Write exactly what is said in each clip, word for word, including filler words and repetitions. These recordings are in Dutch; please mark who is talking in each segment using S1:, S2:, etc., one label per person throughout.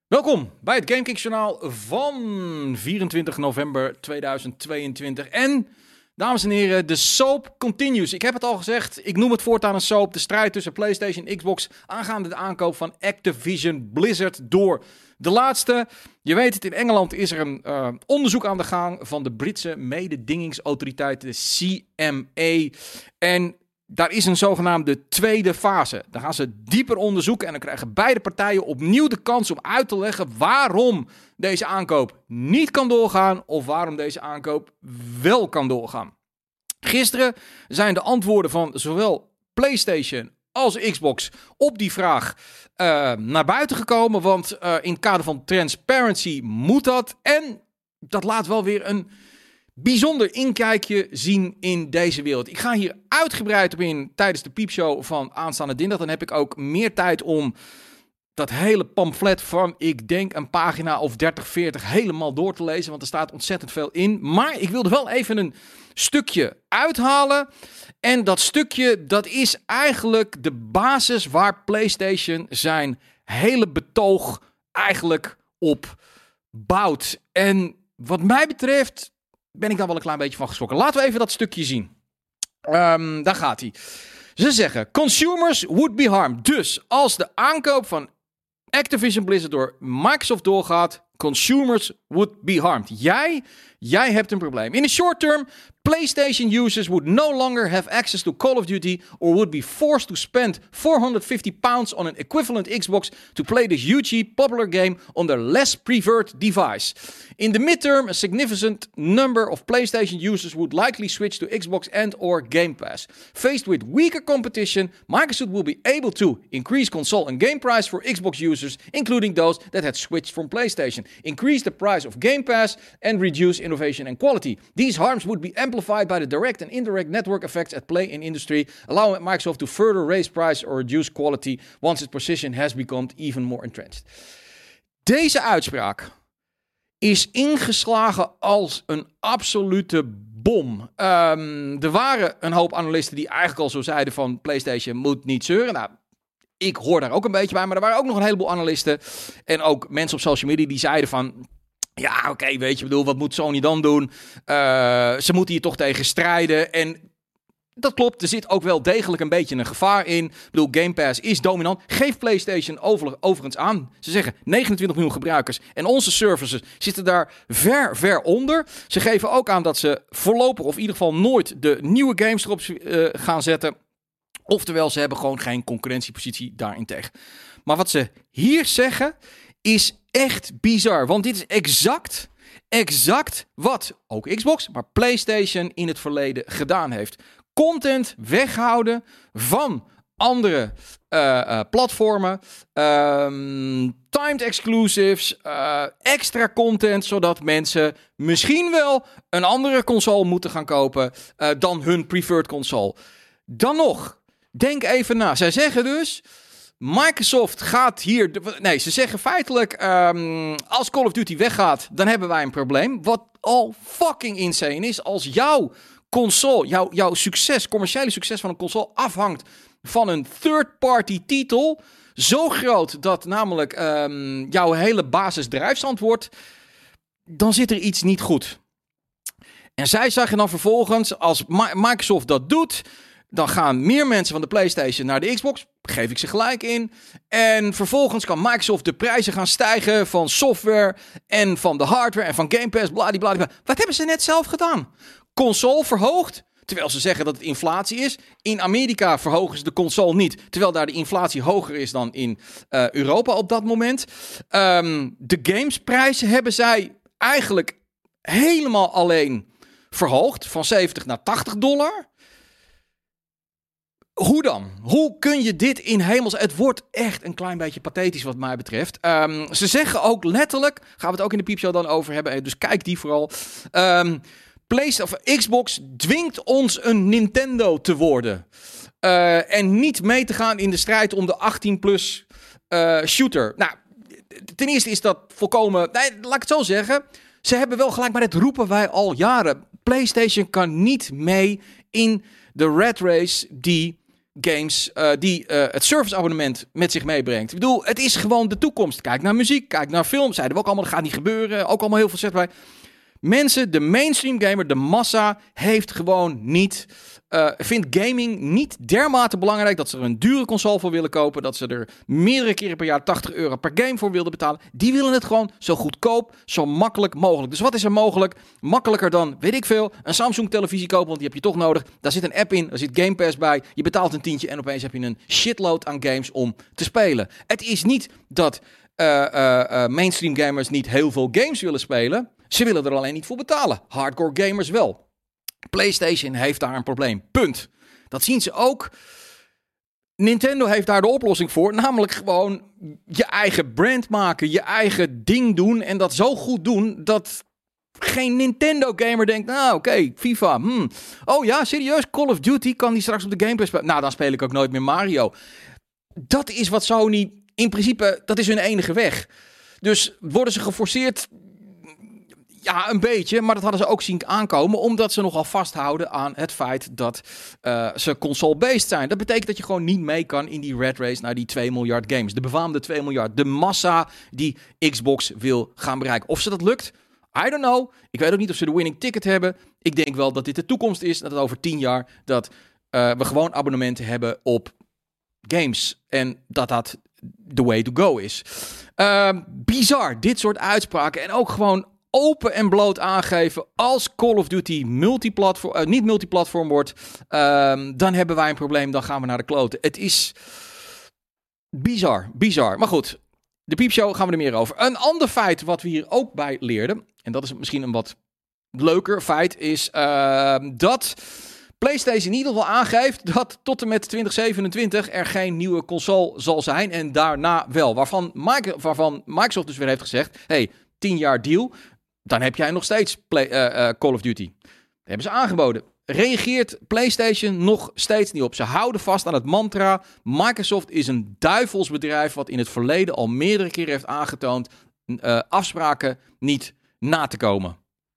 S1: Welkom bij het GameKings journaal van vierentwintig november tweeduizend tweeëntwintig. En, dames en heren, de soap continues. Ik heb het al gezegd, ik noem het voortaan een soap. De strijd tussen PlayStation en Xbox aangaande de aankoop van Activision Blizzard door de laatste. Je weet het, in Engeland is er een uh, onderzoek aan de gang van de Britse mededingingsautoriteit, de C M A. En daar is een zogenaamde tweede fase. Dan gaan ze dieper onderzoeken en dan krijgen beide partijen opnieuw de kans om uit te leggen waarom deze aankoop niet kan doorgaan of waarom deze aankoop wel kan doorgaan. Gisteren zijn de antwoorden van zowel PlayStation als Xbox op die vraag uh, naar buiten gekomen, want uh, in het kader van transparency moet dat. En dat laat wel weer een bijzonder inkijkje zien in deze wereld. Ik ga hier uitgebreid op in tijdens de piepshow van aanstaande dinsdag. Dan heb ik ook meer tijd om dat hele pamflet van, ik denk, een pagina of dertig, veertig helemaal door te lezen. Want er staat ontzettend veel in. Maar ik wilde wel even een stukje uithalen. En dat stukje, dat is eigenlijk de basis waar PlayStation zijn hele betoog eigenlijk op bouwt. En wat mij betreft ben ik daar wel een klein beetje van geschrokken. Laten we even dat stukje zien. Um, daar gaat hij. Ze zeggen, consumers would be harmed. Dus als de aankoop van Activision Blizzard door Microsoft doorgaat, consumers would be harmed. Jij, jij hebt een probleem. In the short term, PlayStation users would no longer have access to Call of Duty or would be forced to spend four hundred fifty pounds on an equivalent Xbox to play this hugely popular game on their less preferred device. In the midterm, a significant number of PlayStation users would likely switch to Xbox and or Game Pass. Faced with weaker competition, Microsoft will be able to increase console and game price for Xbox users, including those that had switched from PlayStation, increase the price of Game Pass, and reduce innovation and quality. These harms would be amplified by the direct and indirect network effects at play in industry, allowing Microsoft to further raise price or reduce quality once its position has become even more entrenched. Deze uitspraak is ingeslagen als een absolute bom. Um, er waren een hoop analisten die eigenlijk al zo zeiden van PlayStation moet niet zeuren. Nou, ik hoor daar ook een beetje bij, maar er waren ook nog een heleboel analisten en ook mensen op social media die zeiden van, ja, oké, okay, weet je, bedoel, wat moet Sony dan doen? Uh, ze moeten hier toch tegen strijden. En dat klopt, er zit ook wel degelijk een beetje een gevaar in. Ik bedoel, Game Pass is dominant. Geef PlayStation over, overigens aan. Ze zeggen negenentwintig miljoen gebruikers. En onze services zitten daar ver, ver onder. Ze geven ook aan dat ze voorlopig, of in ieder geval nooit, de nieuwe games erop uh, gaan zetten. Oftewel, ze hebben gewoon geen concurrentiepositie daarin tegen. Maar wat ze hier zeggen is echt bizar. Want dit is exact, exact wat ook Xbox, maar PlayStation in het verleden gedaan heeft. Content weghouden van andere uh, uh, platformen. Um, timed exclusives. Uh, extra content, zodat mensen misschien wel een andere console moeten gaan kopen uh, dan hun preferred console. Dan nog, denk even na. Zij zeggen dus, Microsoft gaat hier... Nee, ze zeggen feitelijk, um, als Call of Duty weggaat, dan hebben wij een probleem. Wat al fucking insane is. Als jouw console, jouw, jouw succes, commerciële succes van een console afhangt van een third-party titel, zo groot dat namelijk um, jouw hele basis drijfstand wordt, dan zit er iets niet goed. En zij zeggen dan vervolgens, als Ma- Microsoft dat doet, dan gaan meer mensen van de PlayStation naar de Xbox. Geef ik ze gelijk in. En vervolgens kan Microsoft de prijzen gaan stijgen van software en van de hardware en van Game Pass, bladibladibla. Wat hebben ze net zelf gedaan? Console verhoogd, terwijl ze zeggen dat het inflatie is. In Amerika verhogen ze de console niet, terwijl daar de inflatie hoger is dan in uh, Europa op dat moment. Um, de gamesprijzen hebben zij eigenlijk helemaal alleen verhoogd, van zeventig naar tachtig dollar. Hoe dan? Hoe kun je dit in hemels... Het wordt echt een klein beetje pathetisch wat mij betreft. Um, ze zeggen ook letterlijk, gaan we het ook in de piepshow dan over hebben, dus kijk die vooral. Um, PlayStation of Xbox dwingt ons een Nintendo te worden. Uh, en niet mee te gaan in de strijd om de achttien plus uh, shooter. Nou, ten eerste is dat volkomen... Nee, laat ik het zo zeggen. Ze hebben wel gelijk, maar dat roepen wij al jaren. PlayStation kan niet mee in de rat race die games uh, die uh, het serviceabonnement met zich meebrengt. Ik bedoel, het is gewoon de toekomst. Kijk naar muziek, kijk naar film. Zeiden we ook allemaal, dat gaat niet gebeuren. Ook allemaal heel veel zet bij. Mensen, de mainstream gamer, de massa, heeft gewoon niet... Uh, vindt gaming niet dermate belangrijk dat ze er een dure console voor willen kopen, dat ze er meerdere keren per jaar tachtig euro per game voor wilden betalen. Die willen het gewoon zo goedkoop, zo makkelijk mogelijk. Dus wat is er mogelijk? Makkelijker dan, weet ik veel, een Samsung televisie kopen, want die heb je toch nodig. Daar zit een app in, daar zit Game Pass bij. Je betaalt een tientje en opeens heb je een shitload aan games om te spelen. Het is niet dat uh, uh, uh, mainstream gamers niet heel veel games willen spelen. Ze willen er alleen niet voor betalen. Hardcore gamers wel. PlayStation heeft daar een probleem. Punt. Dat zien ze ook. Nintendo heeft daar de oplossing voor. Namelijk gewoon je eigen brand maken. Je eigen ding doen. En dat zo goed doen dat geen Nintendo-gamer denkt... Nou, oké, okay, FIFA. Hmm. Oh ja, serieus? Call of Duty kan die straks op de Game Pass spelen? Nou, dan speel ik ook nooit meer Mario. Dat is wat Sony... In principe, dat is hun enige weg. Dus worden ze geforceerd... Ja, een beetje, maar dat hadden ze ook zien aankomen, omdat ze nogal vasthouden aan het feit dat uh, ze console-based zijn. Dat betekent dat je gewoon niet mee kan in die rat race naar die twee miljard games. De befaamde twee miljard. De massa die Xbox wil gaan bereiken. Of ze dat lukt, I don't know. Ik weet ook niet of ze de winning ticket hebben. Ik denk wel dat dit de toekomst is, dat het over tien jaar dat uh, we gewoon abonnementen hebben op games. En dat dat the way to go is. Uh, bizar, dit soort uitspraken. En ook gewoon open en bloot aangeven als Call of Duty multiplatform, uh, niet multiplatform wordt, uh, dan hebben wij een probleem, dan gaan we naar de kloten. Het is bizar, bizar. Maar goed, de piepshow gaan we er meer over. Een ander feit wat we hier ook bij leerden, en dat is misschien een wat leuker feit, is uh, dat PlayStation in ieder geval aangeeft dat tot en met twintig zevenentwintig er geen nieuwe console zal zijn en daarna wel. Waarvan, Mike, waarvan Microsoft dus weer heeft gezegd, hey, tien jaar deal, dan heb jij nog steeds play, uh, uh, Call of Duty. Dat hebben ze aangeboden. Reageert PlayStation nog steeds niet op. Ze houden vast aan het mantra. Microsoft is een duivelsbedrijf wat in het verleden al meerdere keren heeft aangetoond uh, afspraken niet na te komen.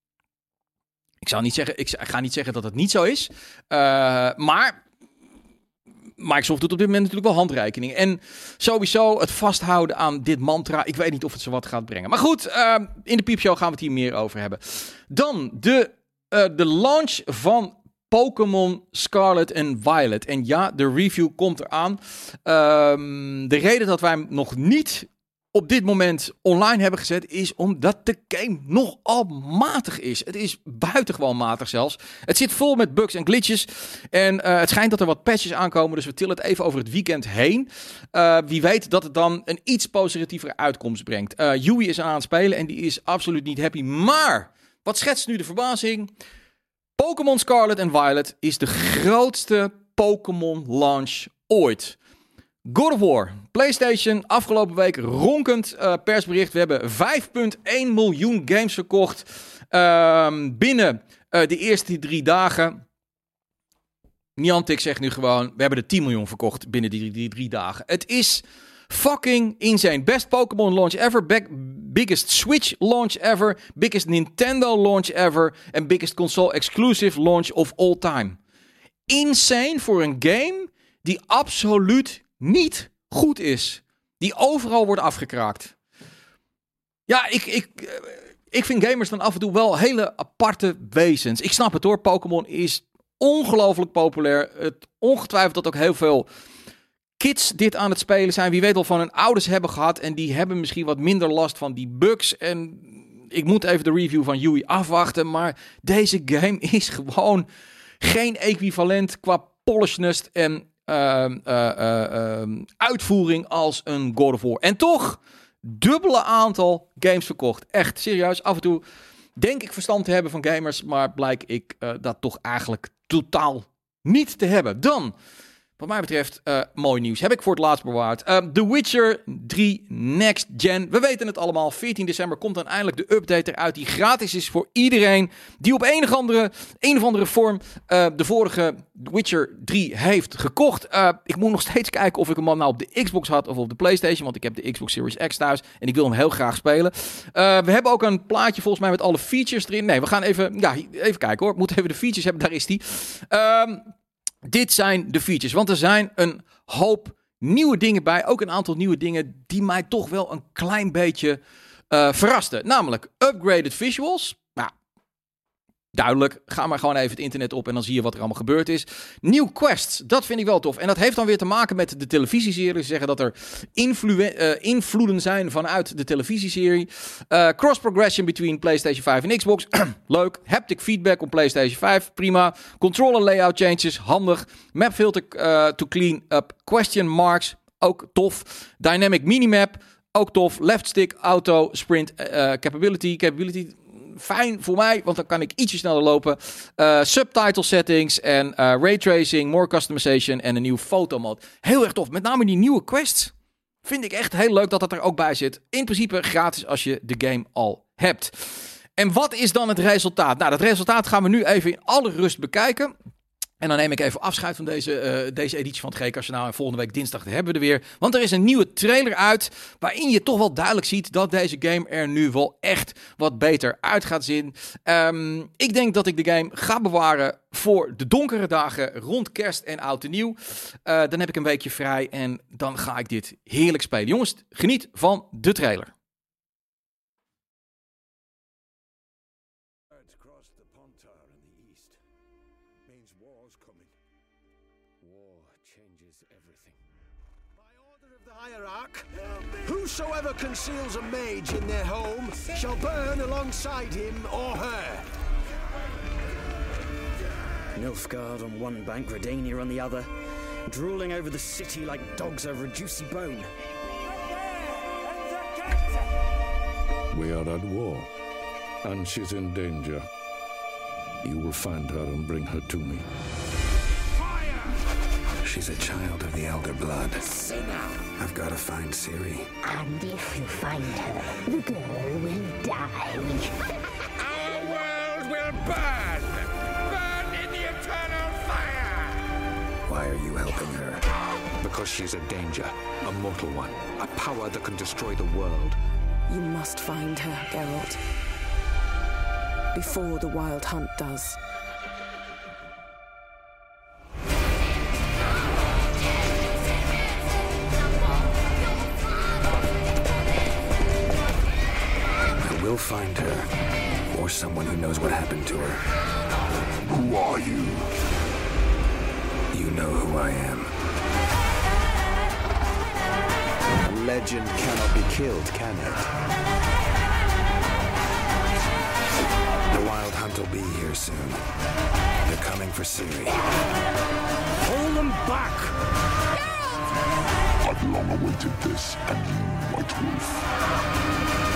S1: Ik, zou niet zeggen, ik ga niet zeggen dat het niet zo is. Uh, maar Microsoft doet op dit moment natuurlijk wel handreiking. En sowieso het vasthouden aan dit mantra. Ik weet niet of het ze wat gaat brengen. Maar goed, uh, in de piepshow gaan we het hier meer over hebben. Dan de, uh, de launch van Pokémon Scarlet en Violet. En ja, de review komt eraan. Um, de reden dat wij hem nog niet op dit moment online hebben gezet is omdat de game nogal matig is. Het is buitengewoon matig zelfs. Het zit vol met bugs en glitches. En uh, het schijnt dat er wat patches aankomen, dus we tillen het even over het weekend heen. Uh, wie weet dat het dan een iets positievere uitkomst brengt. Uh, Yui is aan het spelen en die is absoluut niet happy. Maar, wat schetst nu de verbazing? Pokémon Scarlet en Violet is de grootste Pokémon launch ooit. God of War. PlayStation, afgelopen week ronkend uh, persbericht. We hebben vijf komma één miljoen games verkocht uh, binnen uh, de eerste drie dagen. Niantic zegt nu gewoon, we hebben er tien miljoen verkocht binnen die, die drie dagen. Het is fucking insane. Best Pokémon launch ever. Back, biggest Switch launch ever. Biggest Nintendo launch ever. En biggest console exclusive launch of all time. Insane voor een game die absoluut niet goed is. Die overal wordt afgekraakt. Ja, ik, ik, ik vind gamers dan af en toe wel hele aparte wezens. Ik snap het hoor, Pokémon is ongelooflijk populair. Het ongetwijfeld dat ook heel veel kids dit aan het spelen zijn. Wie weet al van hun ouders hebben gehad. En die hebben misschien wat minder last van die bugs. En ik moet even de review van Yui afwachten. Maar deze game is gewoon geen equivalent qua polishness en Uh, uh, uh, uh, uitvoering als een God of War. En toch, dubbele aantal games verkocht. Echt, serieus. Af en toe denk ik verstand te hebben van gamers, maar blijk ik uh, dat toch eigenlijk totaal niet te hebben. Dan, wat mij betreft, uh, mooi nieuws. Heb ik voor het laatst bewaard. Uh, The Witcher drie Next Gen. We weten het allemaal. veertien december komt dan eindelijk de update eruit die gratis is voor iedereen die op een of andere, een of andere vorm uh, de vorige Witcher drie heeft gekocht. Uh, ik moet nog steeds kijken of ik hem nou op de Xbox had of op de PlayStation, want ik heb de Xbox Series X thuis en ik wil hem heel graag spelen. Uh, we hebben ook een plaatje volgens mij met alle features erin. Nee, we gaan even, ja, even kijken hoor. We moeten even de features hebben. Daar is die. Um, dit zijn de features. Want er zijn een hoop nieuwe dingen bij. Ook een aantal nieuwe dingen die mij toch wel een klein beetje uh, verrasten. Namelijk upgraded visuals. Nou, duidelijk. Ga maar gewoon even het internet op en dan zie je wat er allemaal gebeurd is. Nieuw quests. Dat vind ik wel tof. En dat heeft dan weer te maken met de televisieserie. Ze zeggen dat er invloe- uh, invloeden zijn vanuit de televisieserie. Uh, cross progression between PlayStation vijf en Xbox. Leuk. Haptic feedback op PlayStation vijf. Prima. Controller layout changes. Handig. Map filter uh, to clean up question marks. Ook tof. Dynamic minimap. Ook tof. Left stick auto sprint uh, capability. Capability... Fijn voor mij, want dan kan ik ietsje sneller lopen. Uh, subtitle settings en uh, raytracing, more customization en een nieuw fotomode. Heel erg tof. Met name die nieuwe quests vind ik echt heel leuk dat dat er ook bij zit. In principe gratis als je de game al hebt. En wat is dan het resultaat? Nou, dat resultaat gaan we nu even in alle rust bekijken. En dan neem ik even afscheid van deze, uh, deze editie van het G-Kanaal. En volgende week dinsdag hebben we er weer. Want er is een nieuwe trailer uit. Waarin je toch wel duidelijk ziet dat deze game er nu wel echt wat beter uit gaat zien. Um, ik denk dat ik de game ga bewaren voor de donkere dagen rond kerst en oud en nieuw. Uh, dan heb ik een weekje vrij en dan ga ik dit heerlijk spelen. Jongens, geniet van de trailer.
S2: Whosoever conceals a mage in their home shall burn alongside him or her.
S3: Nilfgaard on one bank, Redania on the other, drooling over the city like dogs over a juicy bone.
S4: We are at war, and she's in danger. You will find her and bring her to me.
S5: She's a child of the Elder Blood. I've got to find Ciri.
S6: And if you find her, the girl will die.
S7: Our world will burn! Burn in the eternal fire!
S5: Why are you helping her?
S8: Because she's a danger, a mortal one, a power that can destroy the world.
S9: You must find her, Geralt. Before the Wild Hunt does.
S5: We'll find her, or someone who knows what happened to her.
S4: Who are you?
S5: You know who I am.
S2: A legend cannot be killed, can it?
S5: The Wild Hunt will be here soon. They're coming for Ciri.
S2: Pull them back!
S4: I've long awaited this, and you, White Wolf.